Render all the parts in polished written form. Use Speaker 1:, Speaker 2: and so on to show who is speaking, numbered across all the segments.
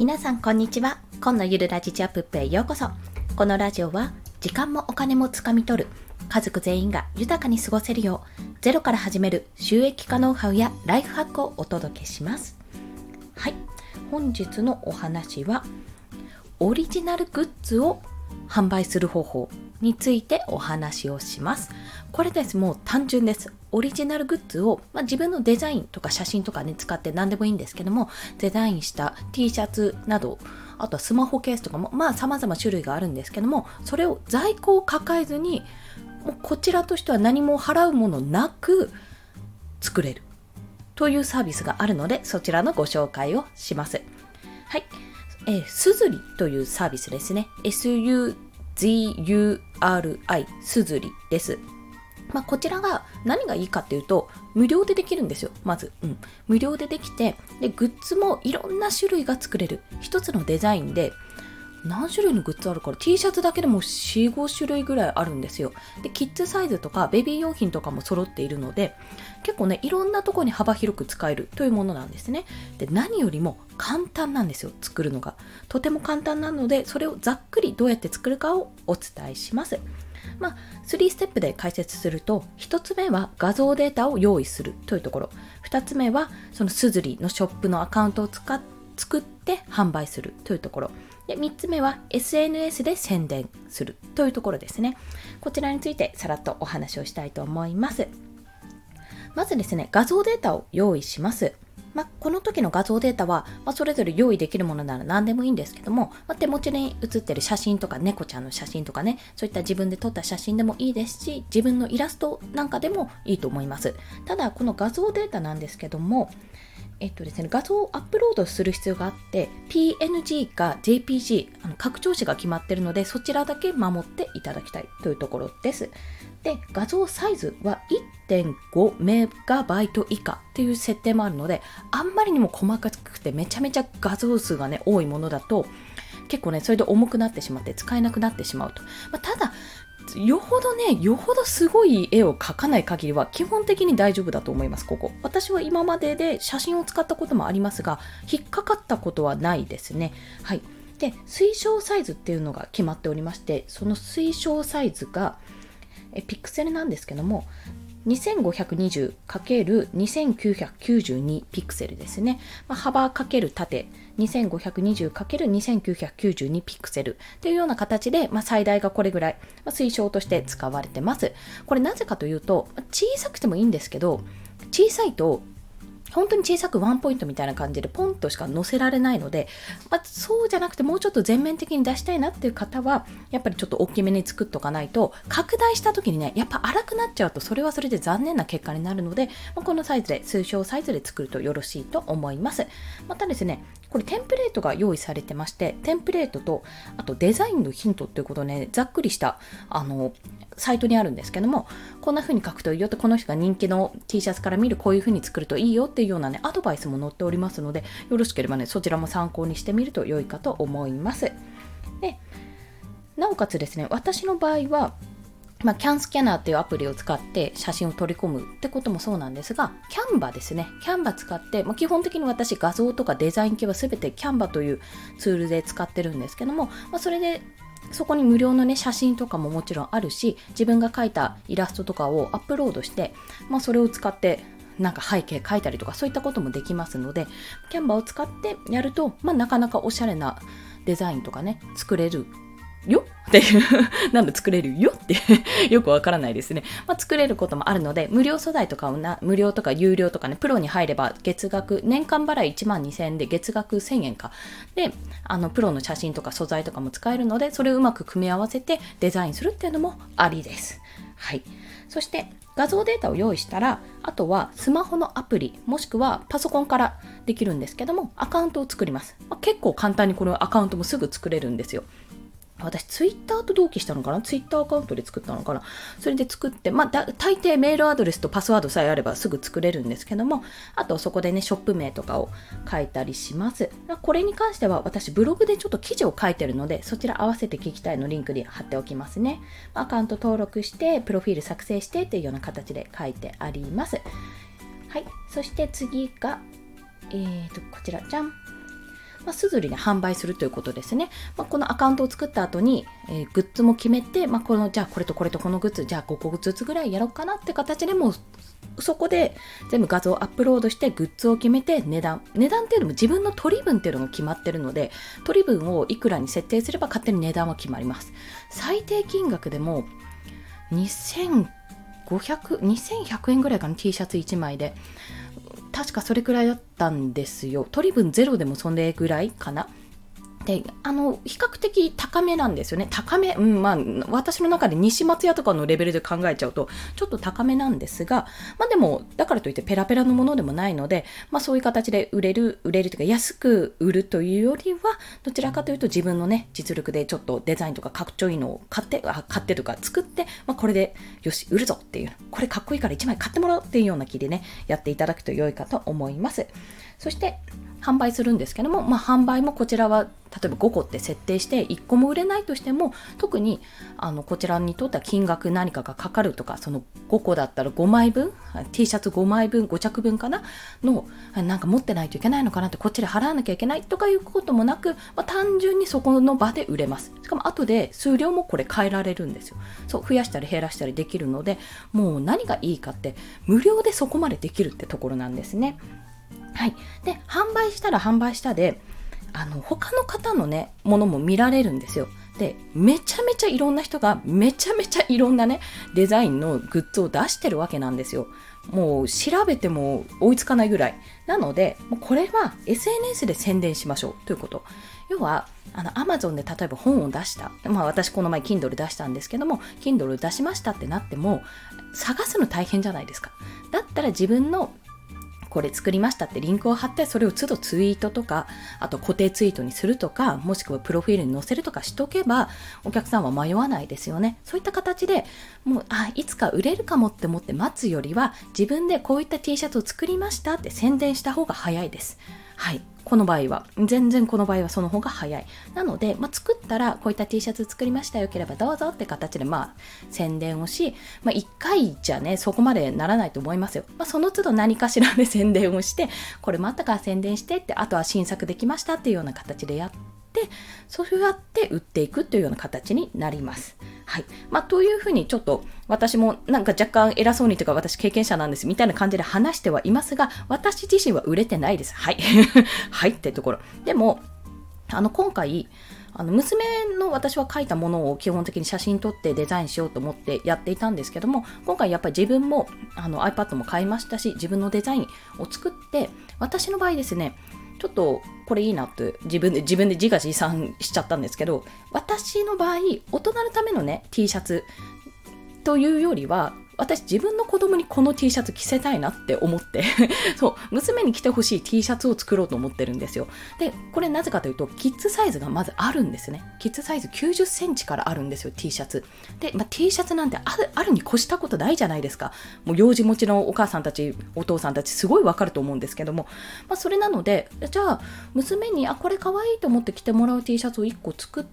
Speaker 1: 皆さんこんにちは。今のゆるラジチアップへようこそ。このラジオは時間もお金もつかみ取る、家族全員が豊かに過ごせるようゼロから始める収益化ノウハウやライフハックをお届けします。はい、本日のお話はオリジナルグッズを販売する方法についてお話をします。これです。もう単純です。オリジナルグッズを、自分のデザインとか写真とかね使って何でもいいんですけども、デザインした T シャツなど、あとはスマホケースとかも様々種類があるんですけども、それを在庫を抱えずに、もうこちらとしては何も払うものなく作れるというサービスがあるので、そちらのご紹介をします。はい、すずりというサービスですね。SUZURI すずりです。こちらが何がいいかっていうと、無料でできるんですよ。まず、無料でできて、でグッズもいろんな種類が作れる。一つのデザインで何種類のグッズあるから、 T シャツだけでも 4,5 種類ぐらいあるんですよ。でキッズサイズとかベビー用品とかも揃っているので、結構ねいろんなところに幅広く使えるというものなんですね。で何よりも簡単なんですよ。作るのがとても簡単なので、それをざっくりどうやって作るかをお伝えします。3ステップで解説すると、1つ目は画像データを用意するというところ、2つ目はそのすずりのショップのアカウントを作って販売するというところで、3つ目は SNS で宣伝するというところですね。こちらについてさらっとお話をしたいと思います。まずですね、画像データを用意します。この時の画像データは、それぞれ用意できるものなら何でもいいんですけども、手持ちに写ってる写真とか猫ちゃんの写真とかね、そういった自分で撮った写真でもいいですし、自分のイラストなんかでもいいと思います。ただこの画像データなんですけども、ですね、画像をアップロードする必要があって、 PNG か JPG、 拡張子が決まっているので、そちらだけ守っていただきたいというところです。で画像サイズは 1.5 メガバイト以下っていう設定もあるので、あんまりにも細かくてめちゃめちゃ画像数がね多いものだと、結構ねそれで重くなってしまって使えなくなってしまうと。ただよほどすごい絵を描かない限りは基本的に大丈夫だと思います。私は今までで写真を使ったこともありますが、引っかかったことはないですね。はい。で推奨サイズっていうのが決まっておりまして、その推奨サイズがピクセルなんですけども、 2520×2992 ピクセルですね。幅×縦 2520×2992 ピクセルというような形で、最大がこれぐらい、推奨として使われてます。これなぜかというと、小さくてもいいんですけど、小さいと本当に小さくワンポイントみたいな感じでポンとしか載せられないので、そうじゃなくてもうちょっと全面的に出したいなっていう方は、やっぱりちょっと大きめに作っとかないと、拡大した時にねやっぱ荒くなっちゃうと、それはそれで残念な結果になるので、このサイズで、推奨サイズで作るとよろしいと思います。またですね、これテンプレートが用意されてまして、テンプレートとあとデザインのヒントっていうことをね、ざっくりしたサイトにあるんですけども、こんな風に書くといいよって、この人が人気の T シャツから見るこういう風に作るといいよっていうようなねアドバイスも載っておりますので、よろしければねそちらも参考にしてみると良いかと思います。でなおかつですね、私の場合はキャンスキャナーっていうアプリを使って写真を取り込むってこともそうなんですが、キャンバですね。キャンバ使って、基本的に私画像とかデザイン系は全てキャンバというツールで使ってるんですけども、それでそこに無料のね写真とかももちろんあるし、自分が描いたイラストとかをアップロードして、それを使ってなんか背景描いたりとか、そういったこともできますので、キャンバを使ってやると、なかなかおしゃれなデザインとかね作れるよっていうなんで作れるよってよくわからないですね。作れることもあるので、無料素材とかを無料とか有料とかね、プロに入れば月額年間払い12,000円で月額1000円かで、プロの写真とか素材とかも使えるので、それをうまく組み合わせてデザインするっていうのもありです。はい。そして画像データを用意したら、あとはスマホのアプリもしくはパソコンからできるんですけども、アカウントを作ります。結構簡単にこのアカウントもすぐ作れるんですよ。私ツイッターと同期したのかな、ツイッターアカウントで作ったのかな、それで作って、大抵メールアドレスとパスワードさえあればすぐ作れるんですけども、あとそこでねショップ名とかを書いたりします。これに関しては私ブログでちょっと記事を書いてるので、そちら合わせて聞きたいのリンクに貼っておきますね。アカウント登録してプロフィール作成してっていうような形で書いてあります。はい。そして次がこちらじゃん、 すずりで販売するということですね。このアカウントを作った後に、グッズも決めて、じゃあこれとこれとこのグッズ、じゃあ5個ずつぐらいやろうかなって形でもそこで全部画像をアップロードしてグッズを決めて値段っていうのも自分の取り分っていうのが決まってるので、取り分をいくらに設定すれば勝手に値段は決まります。最低金額でも2100円ぐらいかな、 T シャツ1枚で確かそれくらいだったんですよ。取り分ゼロでもそれぐらいかな。で、比較的高めなんですよね。高め、私の中で西松屋とかのレベルで考えちゃうとちょっと高めなんですが、でもだからといってペラペラのものでもないので、そういう形で売れるというか安く売るというよりは、どちらかというと自分のね実力でちょっとデザインとかかっちょいいのを買ってとか作って、これでよし売るぞっていう、これかっこいいから1枚買ってもらおうっていうような気でねやっていただくと良いかと思います。そして販売するんですけども、販売もこちらは例えば5個って設定して1個も売れないとしても、特にこちらにとっては金額何かがかかるとか、その5個だったら5枚分 T シャツ5枚分5着分かなのなんか持ってないといけないのかなって、こっちで払わなきゃいけないとかいうこともなく、単純にそこの場で売れます。しかも後で数量もこれ変えられるんですよ。そう増やしたり減らしたりできるので、もう何がいいかって無料でそこまでできるってところなんですね。はい、で販売したら販売したで他の方のねものも見られるんですよ。でめちゃめちゃいろんな人がめちゃめちゃいろんなねデザインのグッズを出してるわけなんですよ。もう調べても追いつかないぐらいなので、もうこれは SNS で宣伝しましょうということ。要はAmazon で例えば本を出した、私この前 Kindle 出したんですけども Kindle 出しましたってなっても探すの大変じゃないですか。だったら自分のこれ作りましたってリンクを貼って、それを都度ツイートとか、あと固定ツイートにするとか、もしくはプロフィールに載せるとかしとけば、お客さんは迷わないですよね。そういった形でもういつか売れるかもって思って待つよりは、自分でこういった T シャツを作りましたって宣伝した方が早いです。はい、この場合は全然この場合はその方が早い。なので、作ったらこういった T シャツ作りました、よければどうぞって形で宣伝をし、1回じゃねそこまでならないと思いますよ。その都度何かしらで宣伝をして、これもあったから宣伝してって、あとは新作できましたっていうような形でやって、そうやって売っていくというような形になります。はい、というふうにちょっと私もなんか若干偉そうにというか、私経験者なんですみたいな感じで話してはいますが、私自身は売れてないです。はいはいってところでも今回娘の私は描いたものを基本的に写真撮ってデザインしようと思ってやっていたんですけども、今回やっぱり自分もiPad も買いましたし、自分のデザインを作って、私の場合ですね、ちょっとこれいいなって自分で自画自賛しちゃったんですけど、私の場合大人のためのね T シャツというよりは、私自分の子供にこの T シャツ着せたいなって思ってそう娘に着てほしい T シャツを作ろうと思ってるんですよ。でこれなぜかというと、キッズサイズがまずあるんですね。キッズサイズ90センチからあるんですよ T シャツで、T シャツなんてあるに越したことないじゃないですか。もう幼児持ちのお母さんたちお父さんたちすごいわかると思うんですけども、それなので、じゃあ娘にこれ可愛いと思って着てもらう T シャツを1個作って、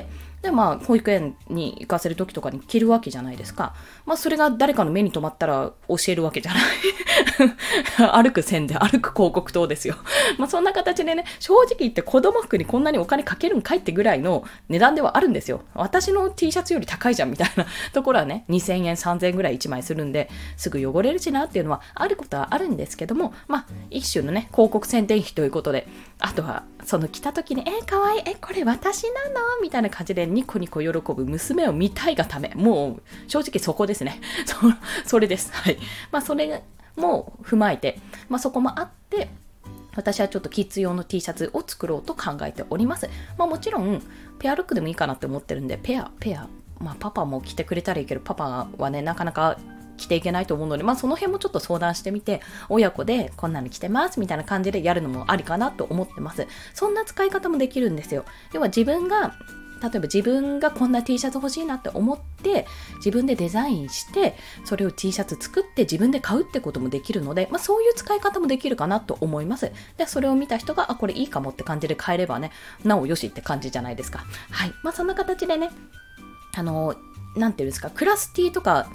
Speaker 1: で保育園に行かせる時とかに着るわけじゃないですか。それが誰かの目に留まったら教えるわけじゃない歩く宣伝、歩く広告塔ですよそんな形でね、正直言って子供服にこんなにお金かけるんかいってぐらいの値段ではあるんですよ。私の T シャツより高いじゃんみたいなところはね、2000円3000円ぐらい1枚するんで、すぐ汚れるしなっていうのはあることはあるんですけども、一種のね広告宣伝費ということで、あとはその着た時にかわいい、これ私なのみたいな感じでニコニコ喜ぶ娘を見たいがため、もう正直そこですねそれです。はい。それも踏まえて、そこもあって、私はちょっとキッズ用の T シャツを作ろうと考えております。もちろんペアルックでもいいかなって思ってるんで、ペア、パパも着てくれたらいいけど、パパはねなかなか着ていけないと思うので、その辺もちょっと相談してみて、親子でこんなの着てますみたいな感じでやるのもありかなと思ってます。そんな使い方もできるんですよ。要は例えば自分がこんな T シャツ欲しいなって思って自分でデザインして、それを T シャツ作って自分で買うってこともできるので、そういう使い方もできるかなと思います。でそれを見た人がこれいいかもって感じで買えればね、なおよしって感じじゃないですか。はい。そんな形でね、なんていうんですか、クラス T とか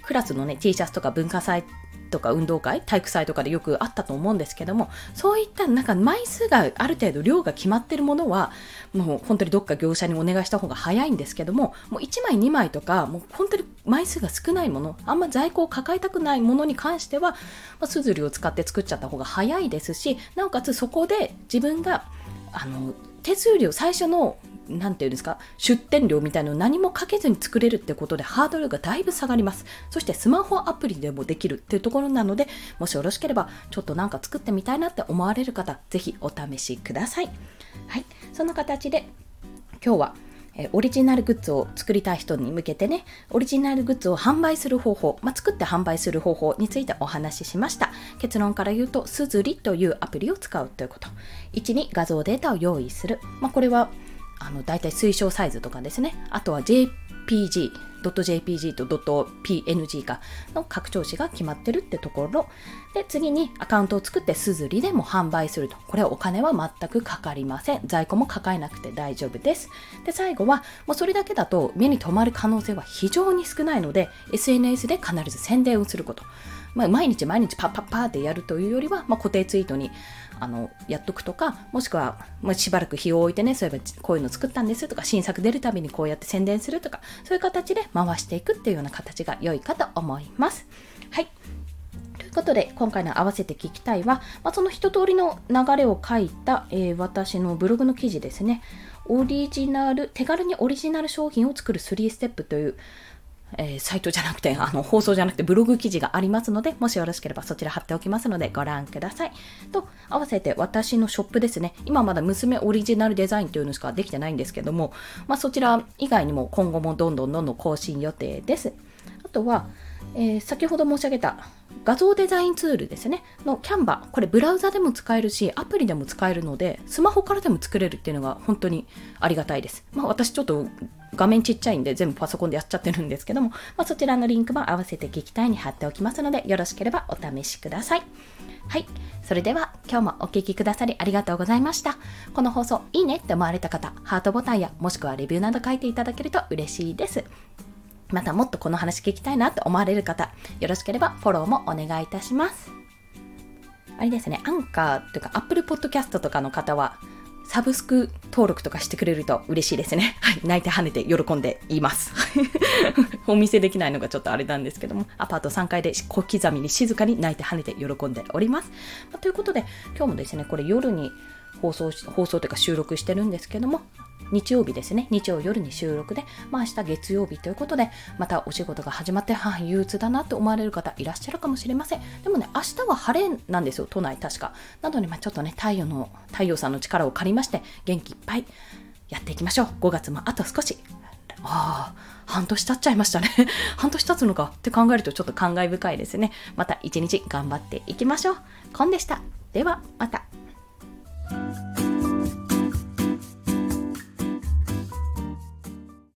Speaker 1: クラスのね T シャツとか文化祭とか運動会、体育祭とかでよくあったと思うんですけども、そういったなんか枚数がある程度量が決まってるものはもう本当にどっか業者にお願いした方が早いんですけども、もう1枚2枚とかもう本当に枚数が少ないもの、あんま在庫を抱えたくないものに関しては、すずりを使って作っちゃった方が早いですし、なおかつそこで自分が手数料、最初のなんていうんですか、出店料みたいなのを何もかけずに作れるってことでハードルがだいぶ下がります。そしてスマホアプリでもできるっていうところなので、もしよろしければちょっとなんか作ってみたいなって思われる方、ぜひお試しください。はい、そんな形で今日はオリジナルグッズを作りたい人に向けてね、オリジナルグッズを販売する方法、作って販売する方法についてお話ししました。結論から言うと、すずりというアプリを使うということ。1に画像データを用意する。これはだいたい推奨サイズとかですね。あとは JPG、.jpg と .png かの拡張子が決まってるってところで、次にアカウントを作ってすずりでも販売すると。これはお金は全くかかりません。在庫も抱えなくて大丈夫です。で、最後はもうそれだけだと目に留まる可能性は非常に少ないので、 SNS で必ず宣伝をすること。毎日パッパってやるというよりは、固定ツイートにやっとくとか、もしくは、しばらく日を置いてね、そういえばこういうの作ったんですとか、新作出るたびにこうやって宣伝するとか、そういう形で回していくっていうような形が良いかと思います。はい。ということで、今回の合わせて聞きたいは、その一通りの流れを書いた、私のブログの記事ですね。手軽にオリジナル商品を作る3ステップという、サイトじゃなくて放送じゃなくてブログ記事がありますので、もしよろしければそちら貼っておきますのでご覧ください。と合わせて私のショップですね。今まだ娘オリジナルデザインというのしかできてないんですけども、そちら以外にも今後もどんどん更新予定です。あとは、先ほど申し上げた画像デザインツールですねのキャンバ、これブラウザでも使えるしアプリでも使えるので、スマホからでも作れるっていうのが本当にありがたいです。私ちょっと画面ちっちゃいんで全部パソコンでやっちゃってるんですけども、そちらのリンクも合わせて聞きたいに貼っておきますので、よろしければお試しください。はい、それでは今日もお聞きくださりありがとうございました。この放送いいねって思われた方、ハートボタンやもしくはレビューなど書いていただけると嬉しいです。またもっとこの話聞きたいなと思われる方、よろしければフォローもお願いいたします。あれですね、アンカーというか Apple Podcast とかの方はサブスク登録とかしてくれると嬉しいですね。はい、泣いて跳ねて喜んでいます。お見せできないのがちょっとあれなんですけども、アパート3階で小刻みに静かに泣いて跳ねて喜んでおります。ということで今日もですね、これ夜に放送というか収録してるんですけども、日曜日ですね、日曜夜に収録で、明日月曜日ということで、またお仕事が始まって、憂鬱だなと思われる方いらっしゃるかもしれません。でもね、明日は晴れなんですよ、都内確か。なので、ちょっとね、太陽さんの力を借りまして、元気いっぱいやっていきましょう。5月もあと少し。半年経っちゃいましたね。半年経つのかって考えるとちょっと感慨深いですね。また一日頑張っていきましょう。コンでした。では、また。